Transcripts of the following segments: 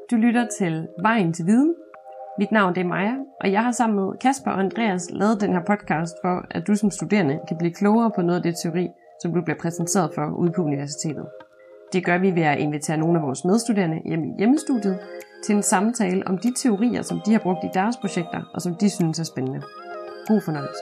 Du lytter til Vejen til Viden. Mit navn er Maja, og jeg har sammen med Kasper og Andreas lavet den her podcast for, at du som studerende kan blive klogere på noget af det teori, som du bliver præsenteret for ude på universitetet. Det gør vi ved at invitere nogle af vores medstuderende hjem i hjemmestudiet til en samtale om de teorier, som de har brugt i deres projekter, og som de synes er spændende. God fornøjelse.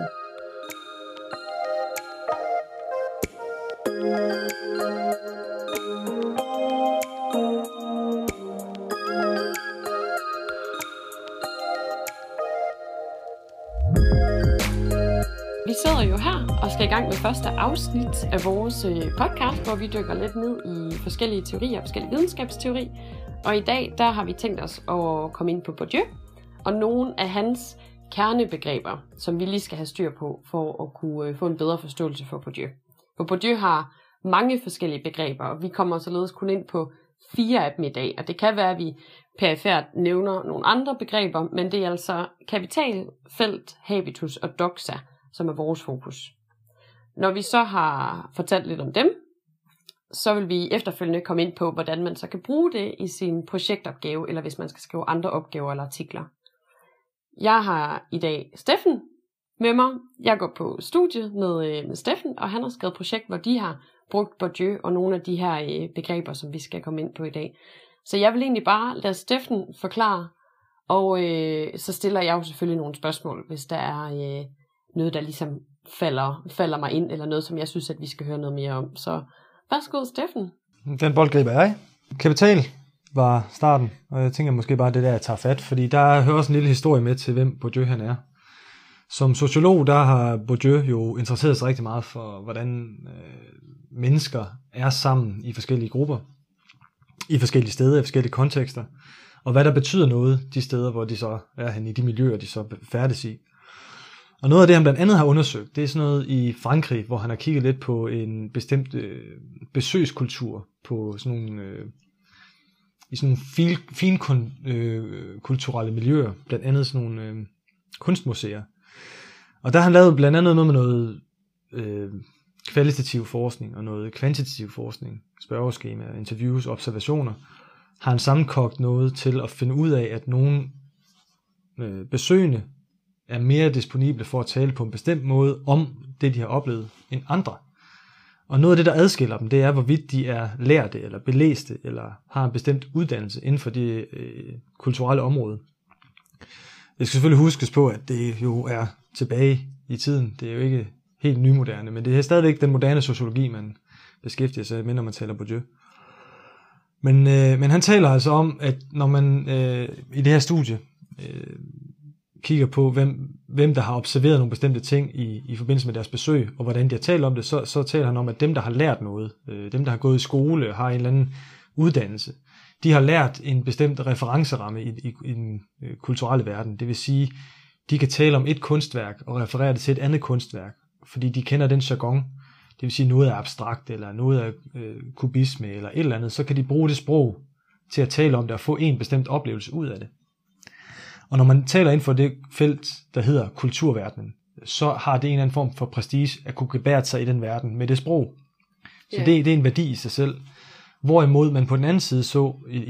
Vi sidder jo her og skal i gang med første afsnit af vores podcast, hvor vi dykker lidt ned i forskellige teorier, forskellige videnskabsteori. Og i dag, der har vi tænkt os at komme ind på Bourdieu, og nogle af hans kernebegreber, som vi lige skal have styr på, for at kunne få en bedre forståelse for Bourdieu. For Bourdieu har mange forskellige begreber, og vi kommer således kun ind på 4 af dem i dag. Og det kan være, at vi perifært nævner nogle andre begreber, men det er altså kapital, felt, habitus og doxa, som er vores fokus. Når vi så har fortalt lidt om dem, så vil vi efterfølgende komme ind på, hvordan man så kan bruge det i sin projektopgave, eller hvis man skal skrive andre opgaver eller artikler. Jeg har i dag Steffen med mig. Jeg går på studiet med Steffen, og han har skrevet et projekt, hvor de har brugt Bourdieu og nogle af de her begreber, som vi skal komme ind på i dag. Så jeg vil egentlig bare lade Steffen forklare, og så stiller jeg jo selvfølgelig nogle spørgsmål, hvis der er noget, der ligesom falder mig ind, eller noget, som jeg synes, at vi skal høre noget mere om. Så værsgo, Steffen. Den bold griber jeg. Kapital var starten, og jeg tænker måske bare det der, jeg tager fat, fordi der hører også en lille historie med til, hvem Bourdieu han er. Som sociolog, der har Bourdieu jo interesseret sig rigtig meget for, hvordan mennesker er sammen i forskellige grupper, i forskellige steder, i forskellige kontekster, og hvad der betyder noget de steder, hvor de så er henne, i de miljøer, de så færdes i. Og noget af det, han blandt andet har undersøgt, det er sådan noget i Frankrig, hvor han har kigget lidt på en bestemt besøgskultur, på sådan nogle, i sådan nogle finkulturelle miljøer, blandt andet sådan nogle kunstmuseer. Og der har han lavet blandt andet noget med noget kvalitativ forskning og noget kvantitativ forskning, spørgeskemaer, interviews, observationer, har han sammenkogt noget til at finde ud af, at nogle besøgende er mere disponible for at tale på en bestemt måde om det, de har oplevet, end andre. Og noget af det, der adskiller dem, det er, hvorvidt de er lærte, eller belæste, eller har en bestemt uddannelse inden for det kulturelle område. Jeg skal selvfølgelig huskes på, at det jo er tilbage i tiden. Det er jo ikke helt nymoderne, men det er stadigvæk den moderne sociologi, man beskæftiger sig med, når man taler Bourdieu. Men han taler altså om, at når man i det her studie kigger på, hvem der har observeret nogle bestemte ting i forbindelse med deres besøg, og hvordan de har talt om det, så taler han om, at dem, der har lært noget, dem, der har gået i skole, har en eller anden uddannelse, de har lært en bestemt referenceramme i den kulturelle verden. Det vil sige, de kan tale om et kunstværk og referere det til et andet kunstværk, fordi de kender den jargon. Det vil sige, noget er abstrakt, eller noget er kubisme, eller et eller andet. Så kan de bruge det sprog til at tale om det og få en bestemt oplevelse ud af det. Og når man taler inden for det felt, der hedder kulturverdenen, så har det en eller anden form for prestige at kunne gebære sig i den verden med det sprog. Så det er en værdi i sig selv. Hvorimod man på den anden side så i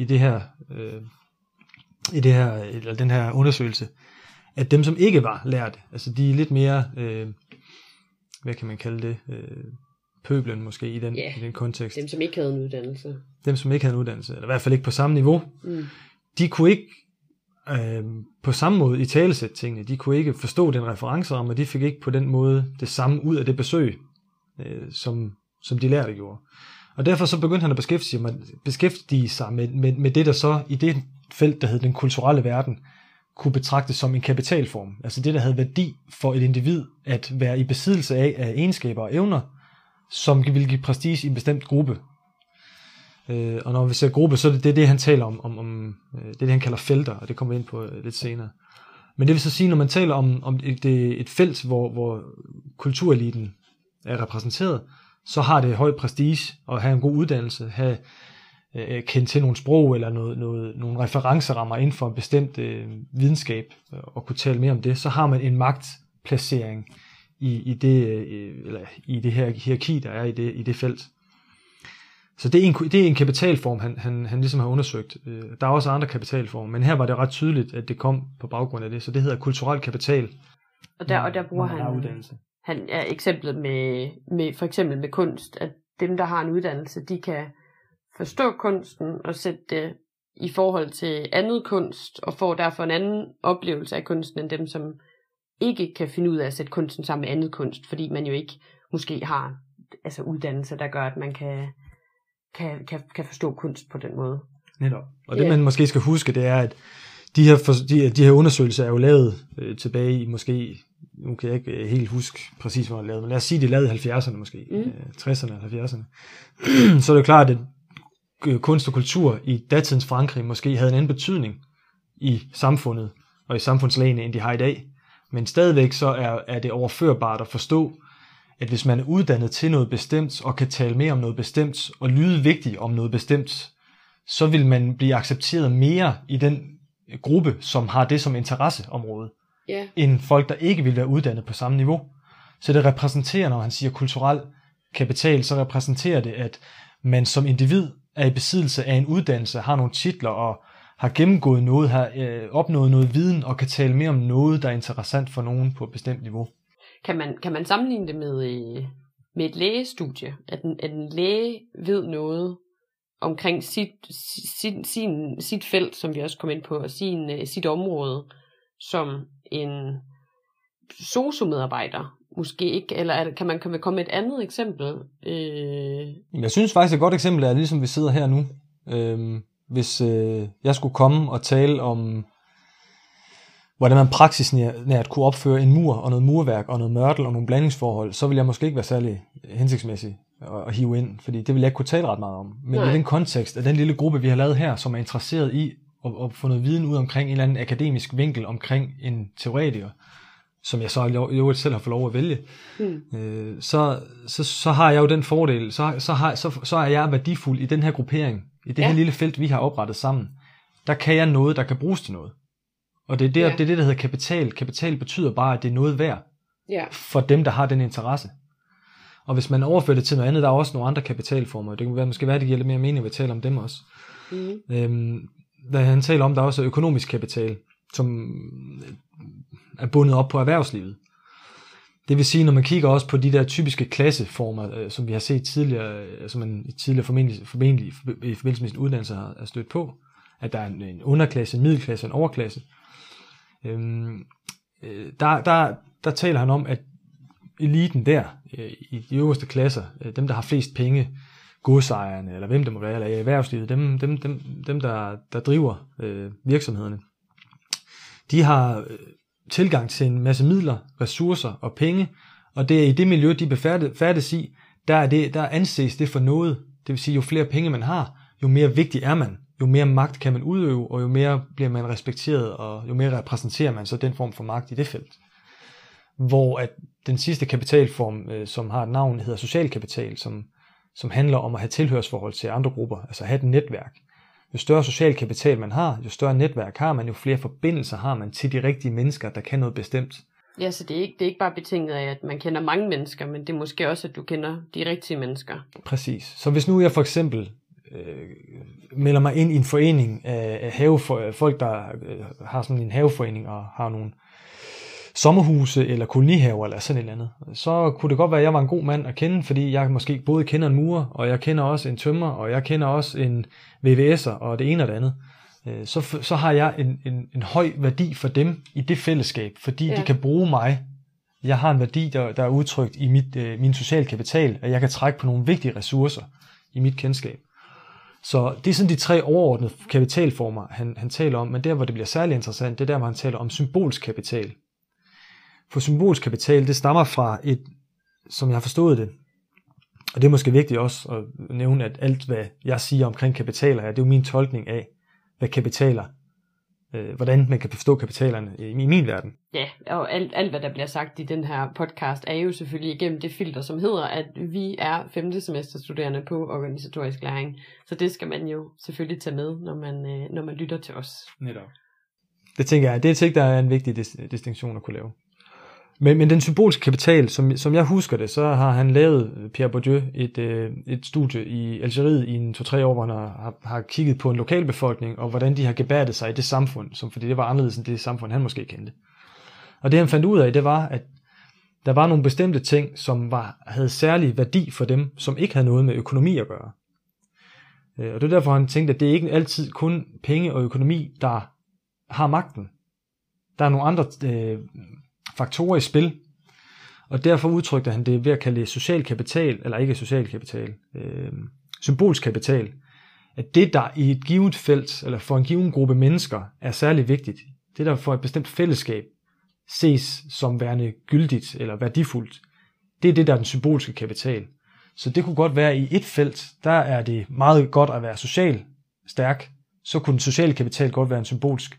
den her undersøgelse, at dem, som ikke var lærte, altså de er lidt mere, hvad kan man kalde det, pøblen måske i den kontekst. Dem, som ikke havde en uddannelse. Dem, som ikke havde en uddannelse, eller i hvert fald ikke på samme niveau. De kunne ikke på samme måde i talesætte tingene. De kunne ikke forstå den referenceramme, og de fik ikke på den måde det samme ud af det besøg, som de lærte gjorde. Og derfor så begyndte han at beskæftige sig med det, der så i det felt, der hed den kulturelle verden, kunne betragtes som en kapitalform. Altså det, der havde værdi for et individ at være i besiddelse af egenskaber og evner, som ville give prestige i en bestemt gruppe. Og når vi ser gruppe, så er det han taler om det er det, han kalder felter, og det kommer vi ind på lidt senere. Men det vil så sige, når man taler om et felt, hvor kultureliten er repræsenteret, så har det høj prestige at have en god uddannelse, have kendt til nogle sprog eller nogle referencerammer inden for en bestemt videnskab, og kunne tale mere om det, så har man en magtplacering i det her hierarki, der er i det felt. Så det er en kapitalform, han ligesom har undersøgt. Der er også andre kapitalformer, men her var det ret tydeligt, at det kom på baggrund af det. Så det hedder kulturel kapital. Og der bruger han eksemplet med for eksempel med kunst, at dem, der har en uddannelse, de kan forstå kunsten og sætte det i forhold til andet kunst, og får derfor en anden oplevelse af kunsten, end dem, som ikke kan finde ud af at sætte kunsten sammen med andet kunst, fordi man jo ikke måske har uddannelse, der gør, at man kan forstå kunst på den måde. Netop. Og det man måske skal huske, det er, at de her undersøgelser er jo lavet tilbage i måske, nu kan jeg ikke helt huske præcis, hvor de er lavet, men lad os sige, de er lavet i 70'erne måske, 60'erne og 70'erne. Så er det klart, at kunst og kultur i datidens Frankrig måske havde en anden betydning i samfundet og i samfundslagene, end de har i dag. Men stadigvæk så er det overførbart at forstå, at hvis man er uddannet til noget bestemt, og kan tale mere om noget bestemt, og lyde vigtigt om noget bestemt, så vil man blive accepteret mere i den gruppe, som har det som interesseområde, end folk, der ikke vil være uddannet på samme niveau. Så det repræsenterer, når han siger kulturel kapital, så repræsenterer det, at man som individ er i besiddelse af en uddannelse, har nogle titler og har gennemgået noget, har opnået noget viden og kan tale mere om noget, der er interessant for nogen på et bestemt niveau. Kan man sammenligne det med et lægestudie? At en læge ved noget omkring sit felt, som vi også kom ind på, og sit område, som en sosu-medarbejder måske ikke, eller kan man komme med et andet eksempel? Jeg synes faktisk, et godt eksempel er, ligesom vi sidder her nu. Hvis jeg skulle komme og tale om, hvordan man praksisnært kunne opføre en mur og noget murværk og noget mørtel og nogle blandingsforhold, så vil jeg måske ikke være særlig hensigtsmæssig at hive ind, fordi det vil jeg ikke kunne tale ret meget om. Men i den kontekst af den lille gruppe, vi har lavet her, som er interesseret i at få noget viden ud omkring en eller anden akademisk vinkel omkring en teoretiker, som jeg så jo selv har fået lov at vælge, så har jeg jo den fordel, så er jeg værdifuld i den her gruppering, i det her lille felt, vi har oprettet sammen. Der kan jeg noget, der kan bruges til noget. Og det er det, der hedder kapital. Kapital betyder bare, at det er noget værd for dem, der har den interesse. Og hvis man overfører det til noget andet, der er også nogle andre kapitalformer. Det kan måske være, det giver lidt mere mening at tale om dem også. Da han taler om, der er også økonomisk kapital, som er bundet op på erhvervslivet. Det vil sige, når man kigger også på de der typiske klasseformer, som vi har set tidligere, som man tidligere formentlig i forbindelse med sin uddannelse har stødt på, at der er en underklasse, en middelklasse og en overklasse. Der taler han om, at eliten der, i de øverste klasser, dem der har flest penge, godsejerne, eller hvem det må være, eller i erhvervslivet, dem der driver virksomhederne, de har tilgang til en masse midler, ressourcer og penge, og det er i det miljø, de befærdes i, der anses det for noget. Det vil sige, jo flere penge man har, jo mere vigtig er man, jo mere magt kan man udøve, og jo mere bliver man respekteret, og jo mere repræsenterer man så den form for magt i det felt. Hvor at den sidste kapitalform, som har et navn, hedder social kapital, som handler om at have tilhørsforhold til andre grupper, altså have et netværk. Jo større social kapital man har, jo større netværk har man, jo flere forbindelser har man til de rigtige mennesker, der kan noget bestemt. Ja, så det er ikke bare betinget af, at man kender mange mennesker, men det er måske også, at du kender de rigtige mennesker. Præcis. Så hvis nu jeg for eksempel melder mig ind i en forening af folk, der har sådan en haveforening og har nogle sommerhuse eller kolonihaver eller sådan et eller andet, så kunne det godt være, at jeg var en god mand at kende, fordi jeg måske både kender en murer, og jeg kender også en tømrer, og jeg kender også en VVS'er og det ene og det andet. Så har jeg en høj værdi for dem i det fællesskab, fordi de kan bruge mig. Jeg har en værdi, der er udtrykt i min social kapital, at jeg kan trække på nogle vigtige ressourcer i mit kendskab. Så det er sådan de tre overordnede kapitalformer, han taler om, men der, hvor det bliver særlig interessant, det er der, hvor han taler om symbolsk kapital. For symbolsk kapital, det stammer fra som jeg har forstået det, og det er måske vigtigt også at nævne, at alt, hvad jeg siger omkring kapitaler her, det er jo min tolkning af, hvad kapitaler, hvordan man kan forstå kapitalerne i min verden. Ja, og alt hvad der bliver sagt i den her podcast, er jo selvfølgelig igennem det filter, som hedder, at vi er 5. semesterstuderende på organisatorisk læring. Så det skal man jo selvfølgelig tage med, når man lytter til os. Netop. Det tænker jeg, der er en vigtig distinktion at kunne lave. Men den symbolske kapital, som jeg husker det, så har han lavet, Pierre Bourdieu, et studie i Algeriet i 2-3 år, hvor han har kigget på en lokalbefolkning, og hvordan de har gebærdet sig i det samfund, fordi det var anderledes end det samfund, han måske kendte. Og det han fandt ud af, det var, at der var nogle bestemte ting, som havde særlig værdi for dem, som ikke havde noget med økonomi at gøre. Og det er derfor, han tænkte, at det er ikke altid kun penge og økonomi, der har magten. Der er nogle andre faktorer i spil, og derfor udtrykte han det ved at kalde det social kapital, eller ikke social kapital, symbolsk kapital, at det, der i et givet felt, eller for en given gruppe mennesker, er særlig vigtigt, det der for et bestemt fællesskab ses som værende gyldigt eller værdifuldt, det er det, der er den symbolske kapital. Så det kunne godt være, at i et felt, der er det meget godt at være socialt stærk, så kunne den sociale kapital godt være en symbolsk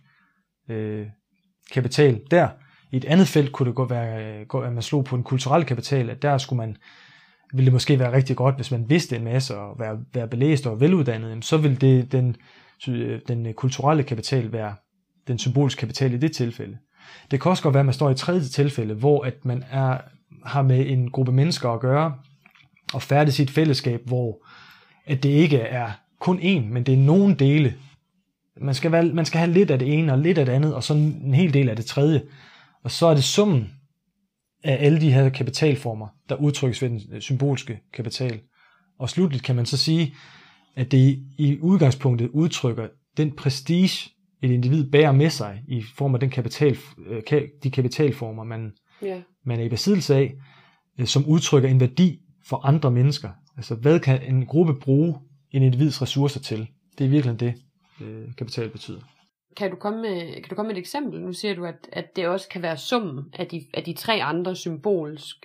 kapital der. I et andet felt kunne det godt være, at man slog på en kulturel kapital, at der ville det måske være rigtig godt, hvis man vidste en masse og være belæst og veluddannet, så ville den kulturelle kapital være den symbolske kapital i det tilfælde. Det kan også godt være, at man står i et tredje tilfælde, hvor at man har med en gruppe mennesker at gøre, og færdes i et fællesskab, hvor at det ikke er kun én, men det er nogle dele. Man skal have lidt af det ene og lidt af det andet, og så en hel del af det tredje. Og så er det summen af alle de her kapitalformer, der udtrykkes ved den symbolske kapital. Og slutligt kan man så sige, at det i udgangspunktet udtrykker den prestige, et individ bærer med sig i form af de kapitalformer, man er i besiddelse af, som udtrykker en værdi for andre mennesker. Altså, hvad kan en gruppe bruge en individs ressourcer til? Det er virkelig det, kapital betyder. Kan du komme med et eksempel? Nu siger du, at det også kan være summen af de tre andre symbolsk,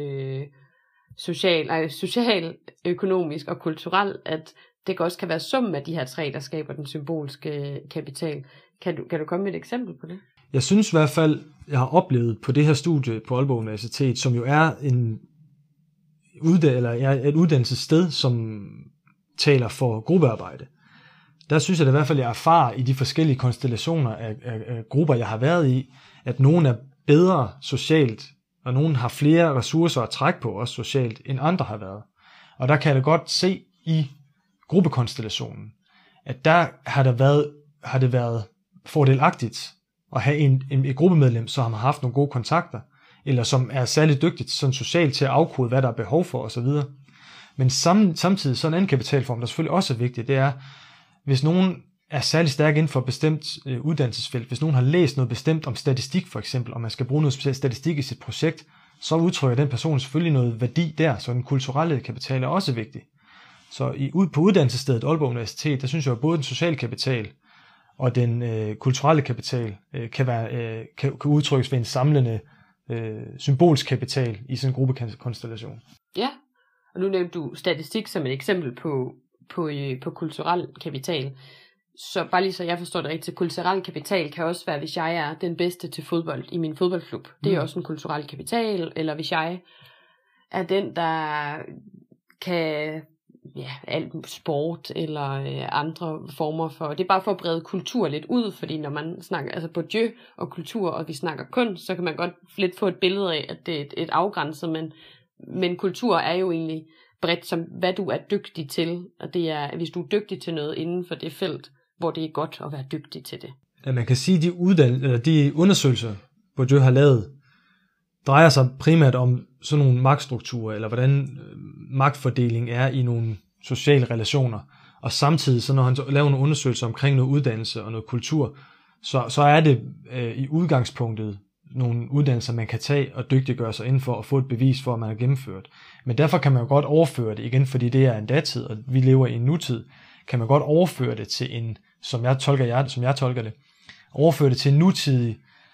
social, økonomisk og kulturel, at det også kan være summen af de her tre, der skaber den symbolske kapital. Kan du komme med et eksempel på det? Jeg synes i hvert fald, jeg har oplevet på det her studie på Aalborg Universitet, som jo er et uddannelsessted, som taler for gruppearbejde. Der synes jeg i hvert fald, jeg erfarer i de forskellige konstellationer af grupper, jeg har været i, at nogen er bedre socialt, og nogen har flere ressourcer at trække på, også socialt, end andre har været. Og der kan jeg da godt se i gruppekonstellationen, at der har det været fordelagtigt at have et gruppemedlem, som har haft nogle gode kontakter, eller som er særlig dygtigt sådan socialt til at afkode, hvad der er behov for osv. Men samtidig sådan en anden kapitalform, der selvfølgelig også er vigtig, det er, hvis nogen er særlig stærk inden for et bestemt uddannelsesfelt, hvis nogen har læst noget bestemt om statistik for eksempel, og man skal bruge noget statistik i sit projekt, så udtrykker den person selvfølgelig noget værdi der, så den kulturelle kapital er også vigtig. Så på uddannelsesstedet Aalborg Universitet, der synes jeg, at både den sociale kapital og den kulturelle kapital kan udtrykkes ved en samlende symbolsk kapital i sådan en gruppekonstellation. Ja, og nu nævnte du statistik som et eksempel på kulturel kapital. Så bare lige så jeg forstår det rigtigt, kulturel kapital kan også være, hvis jeg er den bedste til fodbold i min fodboldklub. Det er også en kulturel kapital, eller hvis jeg er den, der kan alt sport eller andre former for. Det er bare for at brede kultur lidt ud, fordi når man snakker altså Bourdieu og kultur, og vi snakker kunst, så kan man godt lidt få et billede af, at det er et afgrænset, men kultur er jo egentlig bredt som, hvad du er dygtig til, og det er, hvis du er dygtig til noget inden for det felt, hvor det er godt at være dygtig til det. Ja, man kan sige, at de undersøgelser, Bourdieu har lavet, drejer sig primært om sådan nogle magtstrukturer, eller hvordan magtfordeling er i nogle sociale relationer. Og samtidig, så når han laver nogle undersøgelser omkring noget uddannelse og noget kultur, så er det i udgangspunktet nogle uddannelser, man kan tage og dygtiggøre sig inden for at få et bevis for, at man har gennemført. Men derfor kan man jo godt overføre det igen, fordi det er en datid, og vi lever i en nutid, kan man godt overføre det til en, som jeg tolker det, overføre det til en nutidig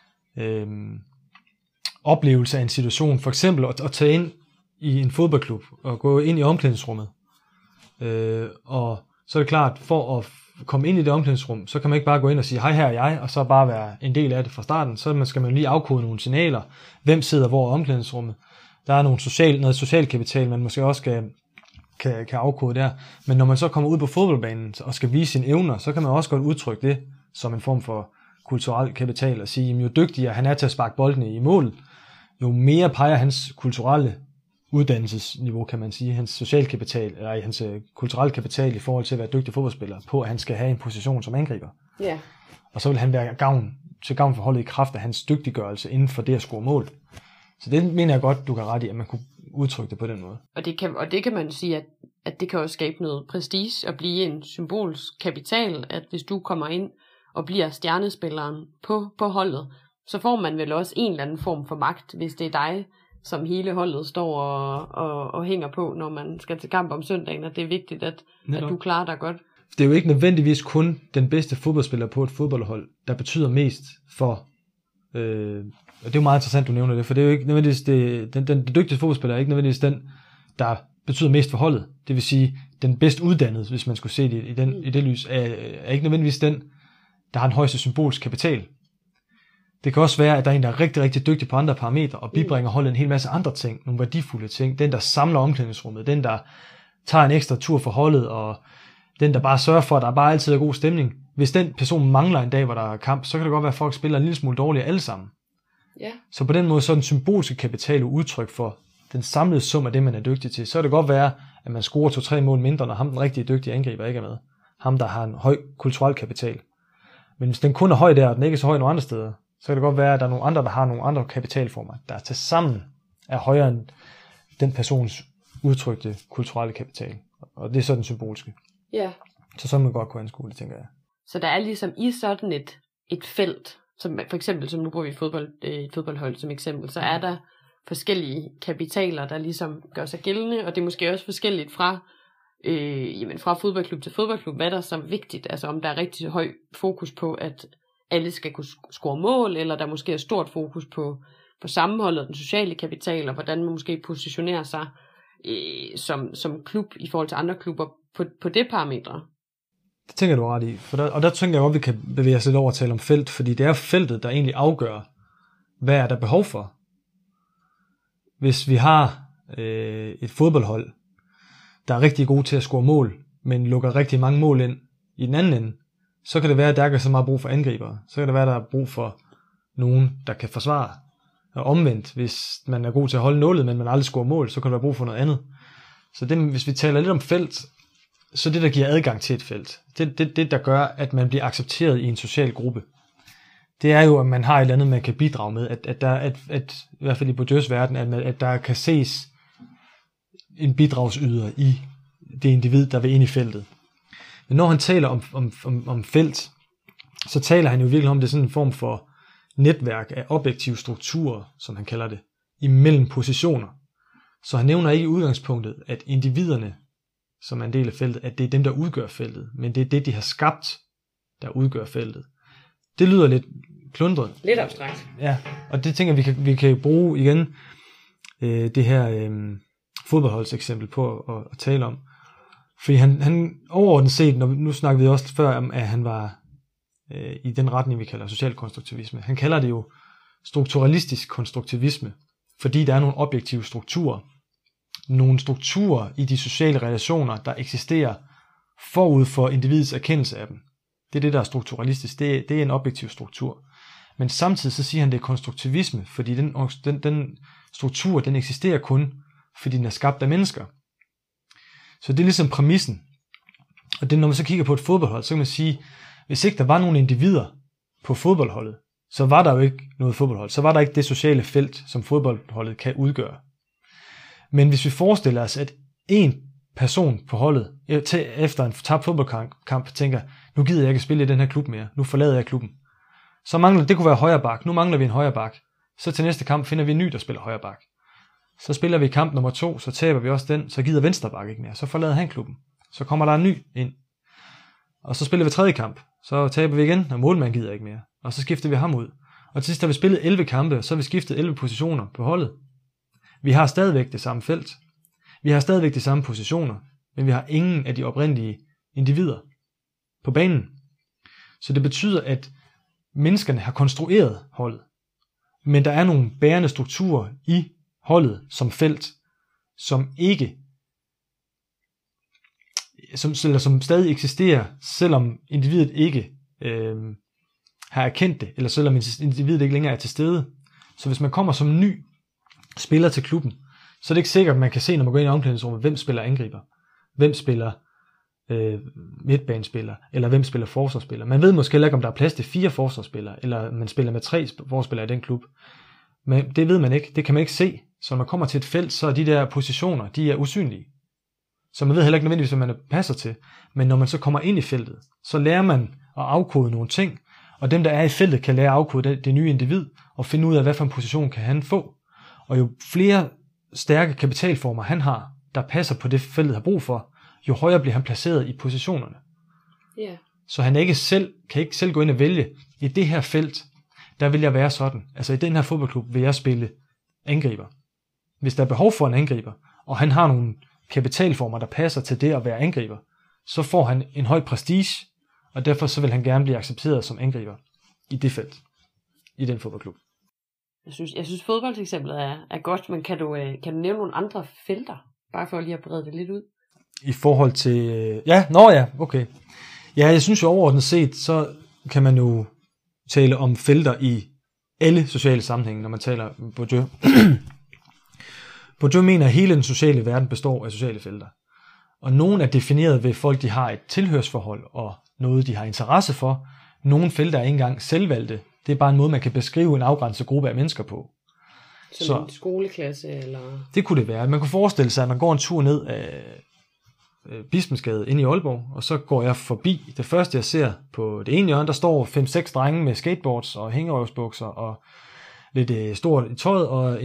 oplevelse af en situation. For eksempel at tage ind i en fodboldklub og gå ind i omklædningsrummet. Og så er det klart, for at komme ind i det omklædningsrum, så kan man ikke bare gå ind og sige, hej, her er jeg, og så bare være en del af det fra starten. Så skal man lige afkode nogle signaler. Hvem sidder hvor i omklædningsrummet? Der er noget social kapital, man måske også kan afkode der. Men når man så kommer ud på fodboldbanen og skal vise sine evner, så kan man også godt udtrykke det som en form for kulturel kapital og sige, jo dygtigere han er til at sparke boldene i mål, jo mere peger hans kulturelle uddannelsesniveau, kan man sige, hans social kapital, eller hans kulturelle kapital i forhold til at være dygtig fodboldspiller, på at han skal have en position som angriber. Ja. Og så vil han være til gavn for holdet i kraft af hans dygtiggørelse inden for det at score mål. Så det mener jeg godt, du kan ret i, at man kunne udtrykke det på den måde. Og det kan man sige, at det kan også skabe noget prestige at blive en symbolsk kapital, at hvis du kommer ind og bliver stjernespilleren på holdet, så får man vel også en eller anden form for magt, hvis det er dig, som hele holdet står og hænger på, når man skal til kamp om søndagen, og det er vigtigt, at du klarer dig godt. Det er jo ikke nødvendigvis kun den bedste fodboldspiller på et fodboldhold, der betyder mest for... og det er jo meget interessant, du nævner det, for det er jo ikke nødvendigvis den dygtigste fodboldspiller er ikke nødvendigvis den, der betyder mest for holdet. Det vil sige, den bedst uddannede, hvis man skulle se det i det lys, er ikke nødvendigvis den, der har den højeste symbolske kapital. Det kan også være, at der er en, der er rigtig, rigtig dygtig på andre parametre, og bibringer holdet en hel masse andre ting, nogle værdifulde ting. Den, der samler omklædningsrummet, den, der tager en ekstra tur for holdet, og den, der bare sørger for, at der bare altid er god stemning. Hvis den person mangler en dag, hvor der er kamp, så kan det godt være, at folk spiller en lille smule dårligere alle sammen. Ja. Så på den måde, så er den symbolske kapital udtryk for den samlede sum af det, man er dygtig til. Så kan det godt være, at man scorer 2-3 mål mindre, når ham den rigtig dygtige angriber ikke er med. Ham, der har en høj kulturel kapital. Men hvis den kun er høj der, og den ikke er så høj nogle andre steder, så kan det godt være, at der er nogle andre, der har nogle andre kapitalformer, der til sammen er højere end den persons udtrykte kulturelle kapital. Og det er så den symbolske. Ja. Så sådan man godt kunne anskue det, tænker jeg. Så der er ligesom i sådan et felt, som for eksempel, som nu bruger vi et fodboldhold som eksempel, så er der forskellige kapitaler, der ligesom gør sig gældende, og det er måske også forskelligt fra fodboldklub til fodboldklub, hvad der er så vigtigt, altså om der er rigtig høj fokus på, at alle skal kunne score mål, eller der måske er stort fokus på sammenholdet, den sociale kapital, og hvordan man måske positionerer sig som klub i forhold til andre klubber på det parametre. Det tænker du ret i, og der tænker jeg godt, at vi kan bevæge os lidt over og tale om felt, fordi det er feltet, der egentlig afgør, hvad er der behov for. Hvis vi har et fodboldhold, der er rigtig gode til at score mål, men lukker rigtig mange mål ind i den anden ende, så kan det være, at der ikke er så meget brug for angribere. Så kan det være, at der er brug for nogen, der kan forsvare. Og omvendt, hvis man er god til at holde nullet, men man aldrig scorer mål, så kan der være brug for noget andet. Så det, hvis vi taler lidt om felt, så det, der giver adgang til et felt, det der gør, at man bliver accepteret i en social gruppe, det er jo, at man har et eller andet, man kan bidrage med, at der, at i hvert fald i Bourdieu's verden, at der kan ses en bidragsyder i det individ, der vil ind i feltet. Men når han taler om felt, så taler han jo virkelig om det sådan en form for netværk af objektive strukturer, som han kalder det, imellem positioner. Så han nævner ikke i udgangspunktet, at individerne, som er en del af feltet, at det er dem, der udgør feltet, men det er det, de har skabt, der udgør feltet. Det lyder lidt klundret. Lidt abstrakt. Ja, og det tænker jeg, vi kan bruge igen det her fodboldholdseksempel på at tale om. Fordi han overordnet set, nu snakker vi også før om, at han var i den retning, vi kalder socialkonstruktivisme. Han kalder det jo strukturalistisk konstruktivisme, fordi der er nogle objektive strukturer. Nogle strukturer i de sociale relationer, der eksisterer forud for individets erkendelse af dem. Det er det, der er strukturalistisk. Det er en objektiv struktur. Men samtidig så siger han, det er konstruktivisme, fordi den struktur, den eksisterer kun, fordi den er skabt af mennesker. Så det er ligesom præmissen. Og det, når man så kigger på et fodboldhold, så kan man sige, hvis ikke der var nogle individer på fodboldholdet, så var der jo ikke noget fodboldhold. Så var der ikke det sociale felt, som fodboldholdet kan udgøre. Men hvis vi forestiller os, at en person på holdet, efter en tabt fodboldkamp, tænker, nu gider jeg ikke spille i den her klub mere, nu forlader jeg klubben. Så mangler, det kunne være højre bak, nu mangler vi en højre bak. Så til næste kamp finder vi en ny, der spiller højre bak. Så spiller vi kamp nummer 2, så taber vi også den, så gider venstre bak ikke mere, så forlader han klubben. Så kommer der en ny ind. Og så spiller vi tredje kamp, så taber vi igen, og målmanden gider ikke mere. Og så skifter vi ham ud. Og til sidst har vi spillet 11 kampe, så har vi skiftet 11 positioner på holdet. Vi har stadigvæk det samme felt. Vi har stadigvæk de samme positioner, men vi har ingen af de oprindelige individer på banen. Så det betyder, at menneskerne har konstrueret holdet. Men der er nogle bærende strukturer i holdet som felt, som ikke som stadig eksisterer, selvom individet ikke har erkendt det, eller selvom individet ikke længere er til stede. Så hvis man kommer som ny spiller til klubben, så er det ikke sikkert, at man kan se, når man går ind i omklædningsrummet, hvem spiller angriber, hvem spiller midtbanespiller, eller hvem spiller forsvarsspiller. Man ved måske heller ikke, om der er plads til 4 forsvarsspillere, eller man spiller med 3 forsvarsspillere i den klub. Men det ved man ikke, det kan man ikke se. Så når man kommer til et felt, så er de der positioner, de er usynlige. Så man ved heller ikke nødvendigvis, hvad man passer til. Men når man så kommer ind i feltet, så lærer man at afkode nogle ting, og dem, der er i feltet, kan lære at afkode det nye individ, og finde ud af, hvad for en position kan han få. Og jo flere stærke kapitalformer han har, der passer på det feltet har brug for, jo højere bliver han placeret i positionerne. Yeah. Så han kan ikke selv gå ind og vælge, i det her felt, der vil jeg være sådan. Altså i den her fodboldklub vil jeg spille angriber. Hvis der er behov for en angriber, og han har nogle kapitalformer, der passer til det at være angriber, så får han en høj prestige, og derfor så vil han gerne blive accepteret som angriber i det felt, i den fodboldklub. Jeg synes fodboldeksemplet er godt, men kan du nævne nogle andre felter, bare for lige at brede det lidt ud? I forhold til... okay. Ja, jeg synes jo overordnet set, så kan man jo tale om felter i alle sociale sammenhænge, når man taler Bourdieu. Bourdieu mener, at hele den sociale verden består af sociale felter. Og nogle er defineret ved folk, de har et tilhørsforhold, og noget, de har interesse for. Nogle felter er ikke engang selvvalgte. Det er bare en måde, man kan beskrive en afgrænset gruppe af mennesker på. Så en skoleklasse, eller... Det kunne det være. Man kunne forestille sig, at man går en tur ned af Bispensgade inde i Aalborg, og så går jeg forbi. Det første, jeg ser på det ene hjørne, der står 5-6 drenge med skateboards og hængerøvsbukser og lidt stort i tøjet og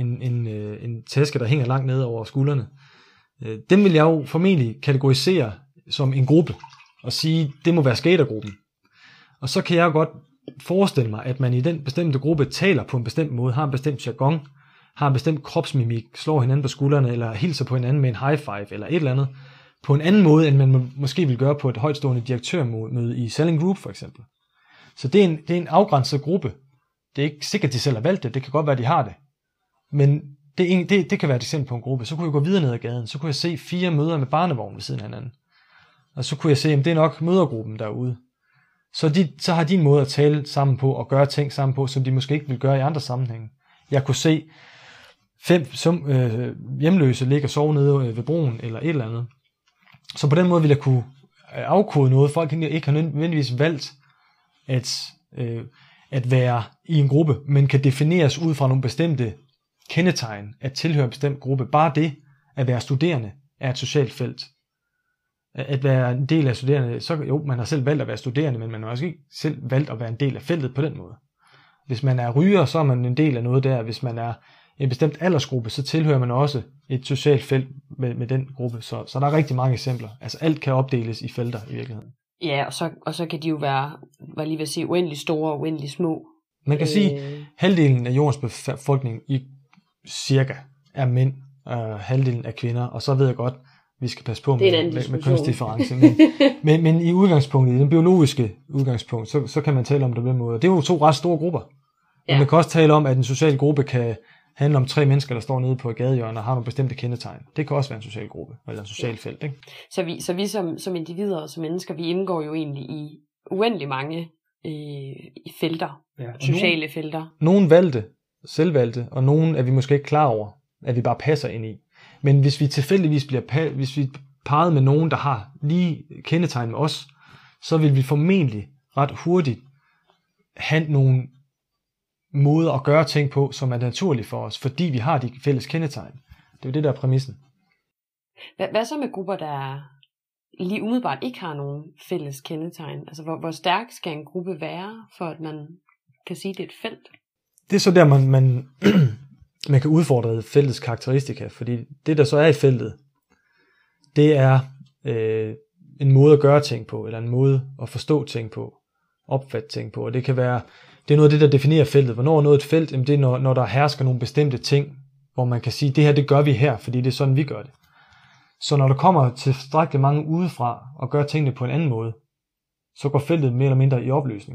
en taske, der hænger langt ned over skuldrene. Dem vil jeg jo formentlig kategorisere som en gruppe og sige, det må være skatergruppen. Og så kan jeg jo godt forestille mig, at man i den bestemte gruppe taler på en bestemt måde, har en bestemt jargon, har en bestemt kropsmimik, slår hinanden på skuldrene, eller hilser på hinanden med en high five, eller et eller andet, på en anden måde, end man måske vil gøre på et højtstående direktørmøde i Selling Group for eksempel. Så det er en afgrænset gruppe. Det er ikke sikkert, at de selv har valgt det, det kan godt være, at de har det. Men det kan være et eksempel på en gruppe. Så kunne jeg gå videre ned ad gaden, så kunne jeg se 4 mødre med barnevogn ved siden af hinanden. Og så kunne jeg se, at det er nok mødergruppen derude. Så har de en måde at tale sammen på, og gøre ting sammen på, som de måske ikke vil gøre i andre sammenhænge. Jeg kunne se 5 hjemløse ligge og sove nede ved broen, eller et eller andet. Så på den måde vil jeg kunne afkode noget, folk ikke har nødvendigvis valgt at være i en gruppe, men kan defineres ud fra nogle bestemte kendetegn, at tilhøre en bestemt gruppe. Bare det at være studerende er et socialt felt. At være en del af studerende, så jo, man har selv valgt at være studerende, men man har også ikke selv valgt at være en del af feltet på den måde. Hvis man er ryger, så er man en del af noget der. Hvis man er en bestemt aldersgruppe, så tilhører man også et socialt felt med den gruppe. Så der er rigtig mange eksempler. Altså alt kan opdeles i felter i virkeligheden. Ja, og så kan de jo være, hvad lige vil sige, uendelig store og uendelig små. Man kan sige, at halvdelen af jordens befolkning i cirka er mænd, halvdelen er kvinder, og så ved jeg godt, vi skal passe på med kønsdifference. Men i udgangspunktet, i den biologiske udgangspunkt, så kan man tale om det på den måde. Det er jo 2 ret store grupper. Ja. Men man kan også tale om, at en social gruppe kan handle om 3 mennesker, der står nede på et gadehjørne og har nogle bestemte kendetegn. Det kan også være en social gruppe, eller en social felt. Ikke? Så vi som individer og som mennesker, vi indgår jo egentlig i uendelig mange felter, sociale felter. Nogle valgte, selvvalgte, og nogle er vi måske ikke klar over, at vi bare passer ind i. Men hvis vi tilfældigvis hvis vi parret med nogen, der har lige kendetegn med os, så vil vi formentlig ret hurtigt have nogle måder at gøre ting på, som er naturlige for os, fordi vi har de fælles kendetegn. Det er jo det, der er præmissen. Hvad så med grupper, der lige umiddelbart ikke har nogen fælles kendetegn? Altså, hvor stærk skal en gruppe være, for at man kan sige, det er et felt? Det er så der, man kan udfordre feltets karakteristika, fordi det, der så er i feltet, det er en måde at gøre ting på, eller en måde at forstå ting på, opfatte ting på, og det kan være, det er noget af det, der definerer feltet. Hvornår er noget et felt? Jamen det er, når der hersker nogle bestemte ting, hvor man kan sige, det her, det gør vi her, fordi det er sådan, vi gør det. Så når der kommer tilstrækkeligt mange udefra, og gør tingene på en anden måde, så går feltet mere eller mindre i opløsning.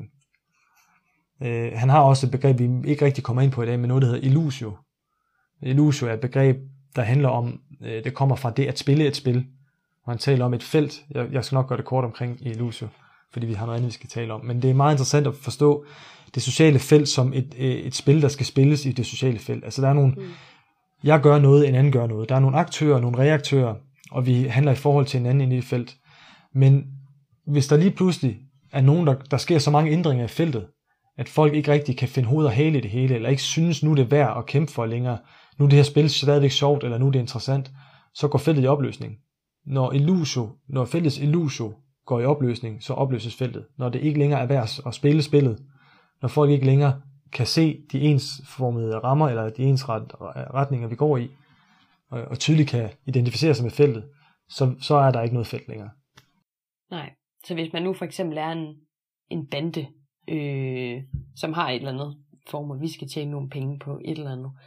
Han har også et begreb, vi ikke rigtig kommer ind på i dag, men noget, der hedder illusio. Illusio er et begreb, der handler om, det kommer fra det at spille et spil. Og han taler om et felt. Jeg skal nok gøre det kort omkring illusio, fordi vi har noget andet, vi skal tale om. Men det er meget interessant at forstå det sociale felt som et spil, der skal spilles i det sociale felt. Altså der er nogle jeg gør noget, en anden gør noget. Der er nogle aktører, nogle reaktører, og vi handler i forhold til en anden i det felt. Men hvis der lige pludselig er nogen, der sker så mange ændringer i feltet, at folk ikke rigtig kan finde hoved og hale i det hele, eller ikke synes, nu er det værd at kæmpe for længere, nu er det her spil stadigvæk sjovt, eller nu er det interessant, så går feltet i opløsning. Når feltets illusio går i opløsning, så opløses feltet. Når det ikke længere er værd at spille spillet, når folk ikke længere kan se de ensformede rammer, eller de ens retninger, vi går i, og tydeligt kan identificere sig med feltet, så er der ikke noget felt længere. Nej, så hvis man nu for eksempel er en bande, som har et eller andet formål, vi skal tjene nogle penge på et eller andet,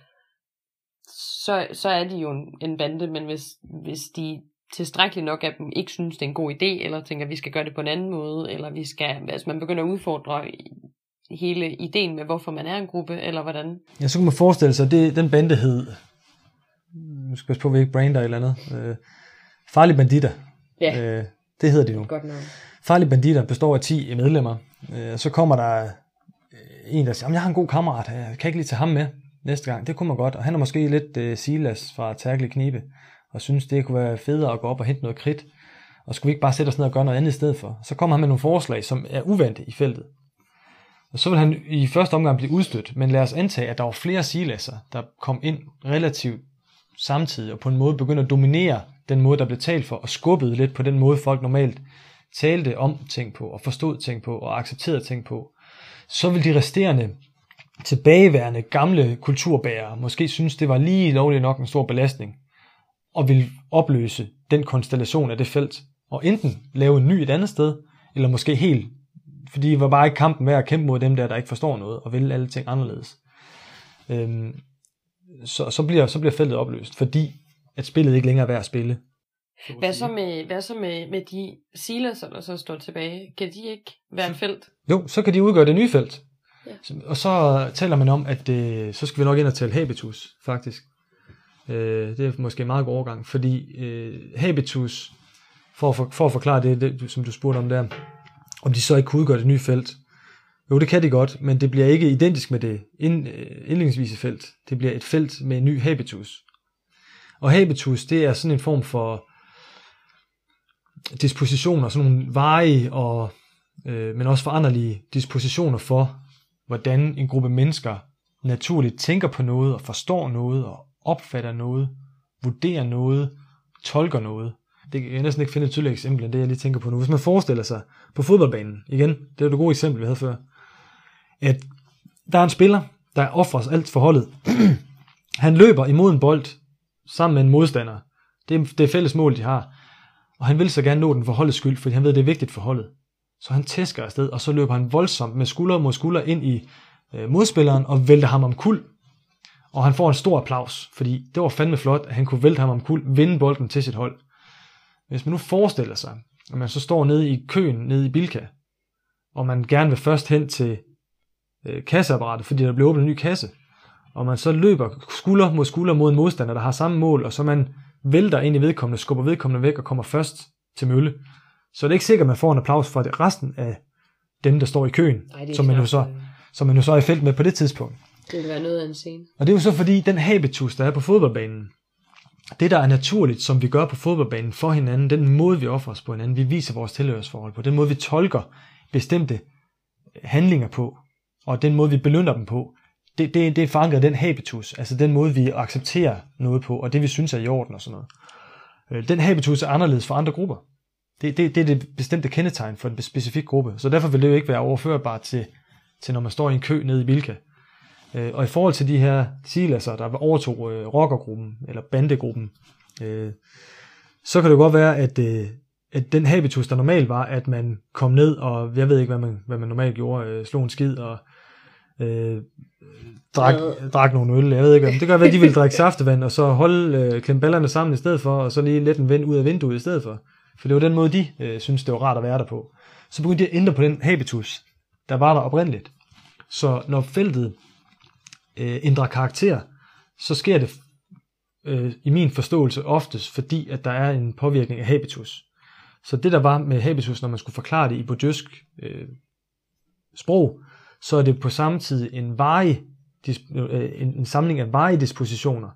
så er de jo en bande, men hvis de tilstrækkeligt nok af dem ikke synes, det er en god idé, eller tænker, at vi skal gøre det på en anden måde, eller hvis man begynder at udfordre hele ideen med, hvorfor man er en gruppe, eller hvordan? Ja, så kan man forestille sig, at den bande hed, nu skal jeg på, at vi ikke brander eller andet, Farlige Banditter. Ja. Det hedder de nu. Godt nok. Farlige Banditter består af 10 medlemmer. Så kommer der en, der siger, jeg har en god kammerat, jeg kan ikke lige tage ham med næste gang. Det kunne man godt. Og han er måske lidt Silas fra Terkel Knibe, og synes, det kunne være federe at gå op og hente noget kridt. Og skulle vi ikke bare sætte os ned og gøre noget andet i stedet for? Så kommer han med nogle forslag, som er uvante i feltet. Og så vil han i første omgang blive udstødt, men lad os antage, at der var flere Silas'er, der kom ind relativt samtidig, og på en måde begyndte at dominere den måde, der blev talt for, og skubbede lidt på den måde, folk normalt talte om ting på, og forstod ting på, og accepterede ting på. Så vil de resterende tilbageværende gamle kulturbærere måske synes, det var lige lovligt nok en stor belastning, og vil opløse den konstellation af det felt, og enten lave en ny et andet sted, eller måske helt, fordi det var bare ikke kampen med at kæmpe mod dem der ikke forstår noget, og vil alle ting anderledes. Så bliver feltet opløst, fordi at spillet ikke længere er værd at spille. Hvad så med de Silas'er, der så står tilbage? Kan de ikke være et felt? Jo, så kan de udgøre det nye felt. Ja. Og så taler man om, at så skal vi nok ind og tale habitus, faktisk. Det er måske en meget god overgang, fordi habitus, for at forklare det, som du spurgte om der, om de så ikke kunne udgøre det nye felt. Jo, det kan de godt, men det bliver ikke identisk med det indledningsvise felt. Det bliver et felt med en ny habitus. Og habitus, det er sådan en form for dispositioner, sådan nogle varige men også foranderlige dispositioner for, hvordan en gruppe mennesker naturligt tænker på noget, og forstår noget, og opfatter noget, vurderer noget, tolker noget. Det kan jeg næsten ikke finde et tydeligt eksempel, end det jeg lige tænker på nu. Hvis man forestiller sig på fodboldbanen, igen, det er det gode eksempel, vi havde før, at der er en spiller, der offres alt for holdet. Han løber imod en bold sammen med en modstander. Det er fælles mål, de har. Og han vil så gerne nå den for holdets skyld, fordi han ved, det er vigtigt for holdet. Så han tæsker afsted, og så løber han voldsomt med skulder mod skulder ind i modspilleren og vælter ham omkuld. Og han får en stor applaus, fordi det var fandme flot, at han kunne vælte ham omkuld, vinde bolden til sit hold. Hvis man nu forestiller sig, at man så står nede i køen, nede i Bilka, og man gerne vil først hen til kasseapparatet, fordi der bliver åbnet en ny kasse, og man så løber skulder mod en modstander, der har samme mål, og så man vælter ind i vedkommende, skubber vedkommende væk og kommer først til mølle, så er det ikke sikkert, at man får en applaus fra resten af dem, der står i køen, som man jo så er i felt med på det tidspunkt. Det vil være noget af en scene. Og det er jo så fordi, den habitus, der er på fodboldbanen, det der er naturligt, som vi gør på fodboldbanen for hinanden, den måde vi offer os på hinanden, vi viser vores tilhørsforhold på, den måde vi tolker bestemte handlinger på, og den måde vi belønner dem på, det er forankret den habitus, altså den måde vi accepterer noget på, og det vi synes er i orden og sådan noget. Den habitus er anderledes for andre grupper. Det er det bestemte kendetegn for en specifik gruppe, så derfor vil det jo ikke være overførbart til når man står i en kø nede i Bilka. Og i forhold til de her Silas'er, der overtog rockergruppen, eller bandegruppen, så kan det godt være, at den habitus, der normalt var, at man kom ned, og jeg ved ikke, hvad man normalt gjorde, slog en skid, og drak nogle øl, jeg ved ikke, det kan være, at de ville drikke saftevand, og så klemme ballerne sammen i stedet for, og så lige let en vind ud af vinduet i stedet for. For det var den måde, de synes det var rart at være der på. Så begyndte de at ændre på den habitus, der var der oprindeligt. Så når feltet ændrer karakter, så sker det i min forståelse oftest, fordi at der er en påvirkning af habitus. Så det der var med habitus, når man skulle forklare det i bourdieusk sprog, så er det på samme tid en samling af varige dispositioner,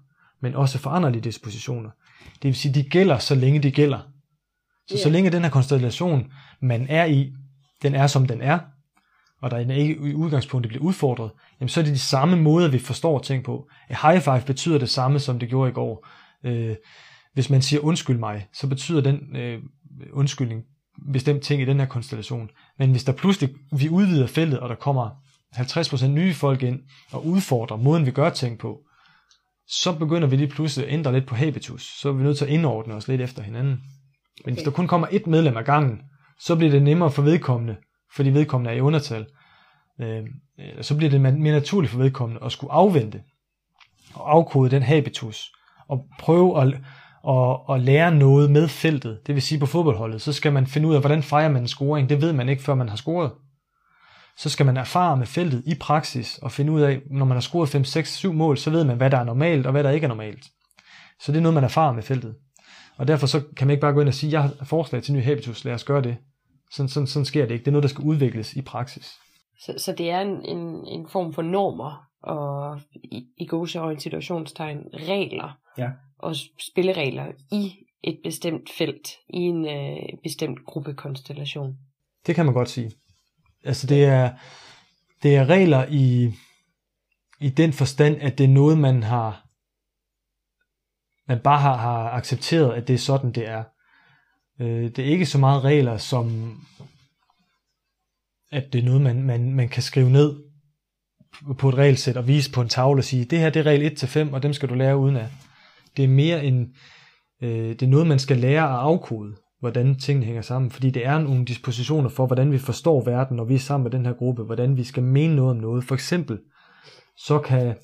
men også foranderlige dispositioner. Det vil sige, de gælder, så længe de gælder. Så længe den her konstellation, man er i, den er, som den er, og der ikke i udgangspunktet bliver udfordret, jamen så er det de samme måder, vi forstår ting på. High five betyder det samme, som det gjorde i går. Hvis man siger undskyld mig, så betyder den undskyldning bestemt ting i den her konstellation. Men hvis der pludselig, vi udvider feltet, og der kommer 50% nye folk ind, og udfordrer måden, vi gør ting på, så begynder vi lige pludselig at ændre lidt på habitus. Så er vi nødt til at indordne os lidt efter hinanden. Men hvis der kun kommer et medlem ad gangen, så bliver det nemmere for vedkommende, fordi vedkommende er i undertal. Så bliver det mere naturligt for vedkommende at skulle afvente og afkode den habitus, og prøve at lære noget med feltet. Det vil sige på fodboldholdet, så skal man finde ud af, hvordan fejrer man en scoring. Det ved man ikke, før man har scoret. Så skal man erfare med feltet i praksis, og finde ud af, når man har scoret 5, 6, 7 mål, så ved man, hvad der er normalt, og hvad der ikke er normalt. Så det er noget, man erfarer med feltet. Og derfor så kan man ikke bare gå ind og sige, jeg har forslag til ny habitus, lad os gøre det. Sådan sker det ikke. Det er noget, der skal udvikles i praksis. Så det er en form for normer, og i gåseøjne situationstegn regler, og spilleregler i et bestemt felt, i en bestemt gruppekonstellation. Det kan man godt sige. Altså det er regler i den forstand, at det er noget, man bare har accepteret, at det er sådan, det er. Det er ikke så meget regler, som at det er noget, man kan skrive ned på et regelsæt og vise på en tavle og sige, det her det er regel 1-5, og dem skal du lære udenad. Det er mere det er noget, man skal lære at afkode, hvordan tingene hænger sammen, fordi det er nogle dispositioner for, hvordan vi forstår verden, når vi er sammen med den her gruppe, hvordan vi skal mene noget om noget. For eksempel, så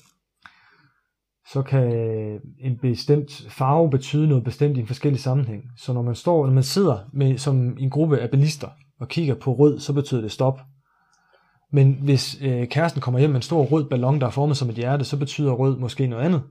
kan en bestemt farve betyde noget bestemt i en forskellig sammenhæng. Så når man sidder som en gruppe af bilister og kigger på rød, så betyder det stop. Men hvis kæresten kommer hjem med en stor rød ballon, der er formet som et hjerte, så betyder rød måske noget andet.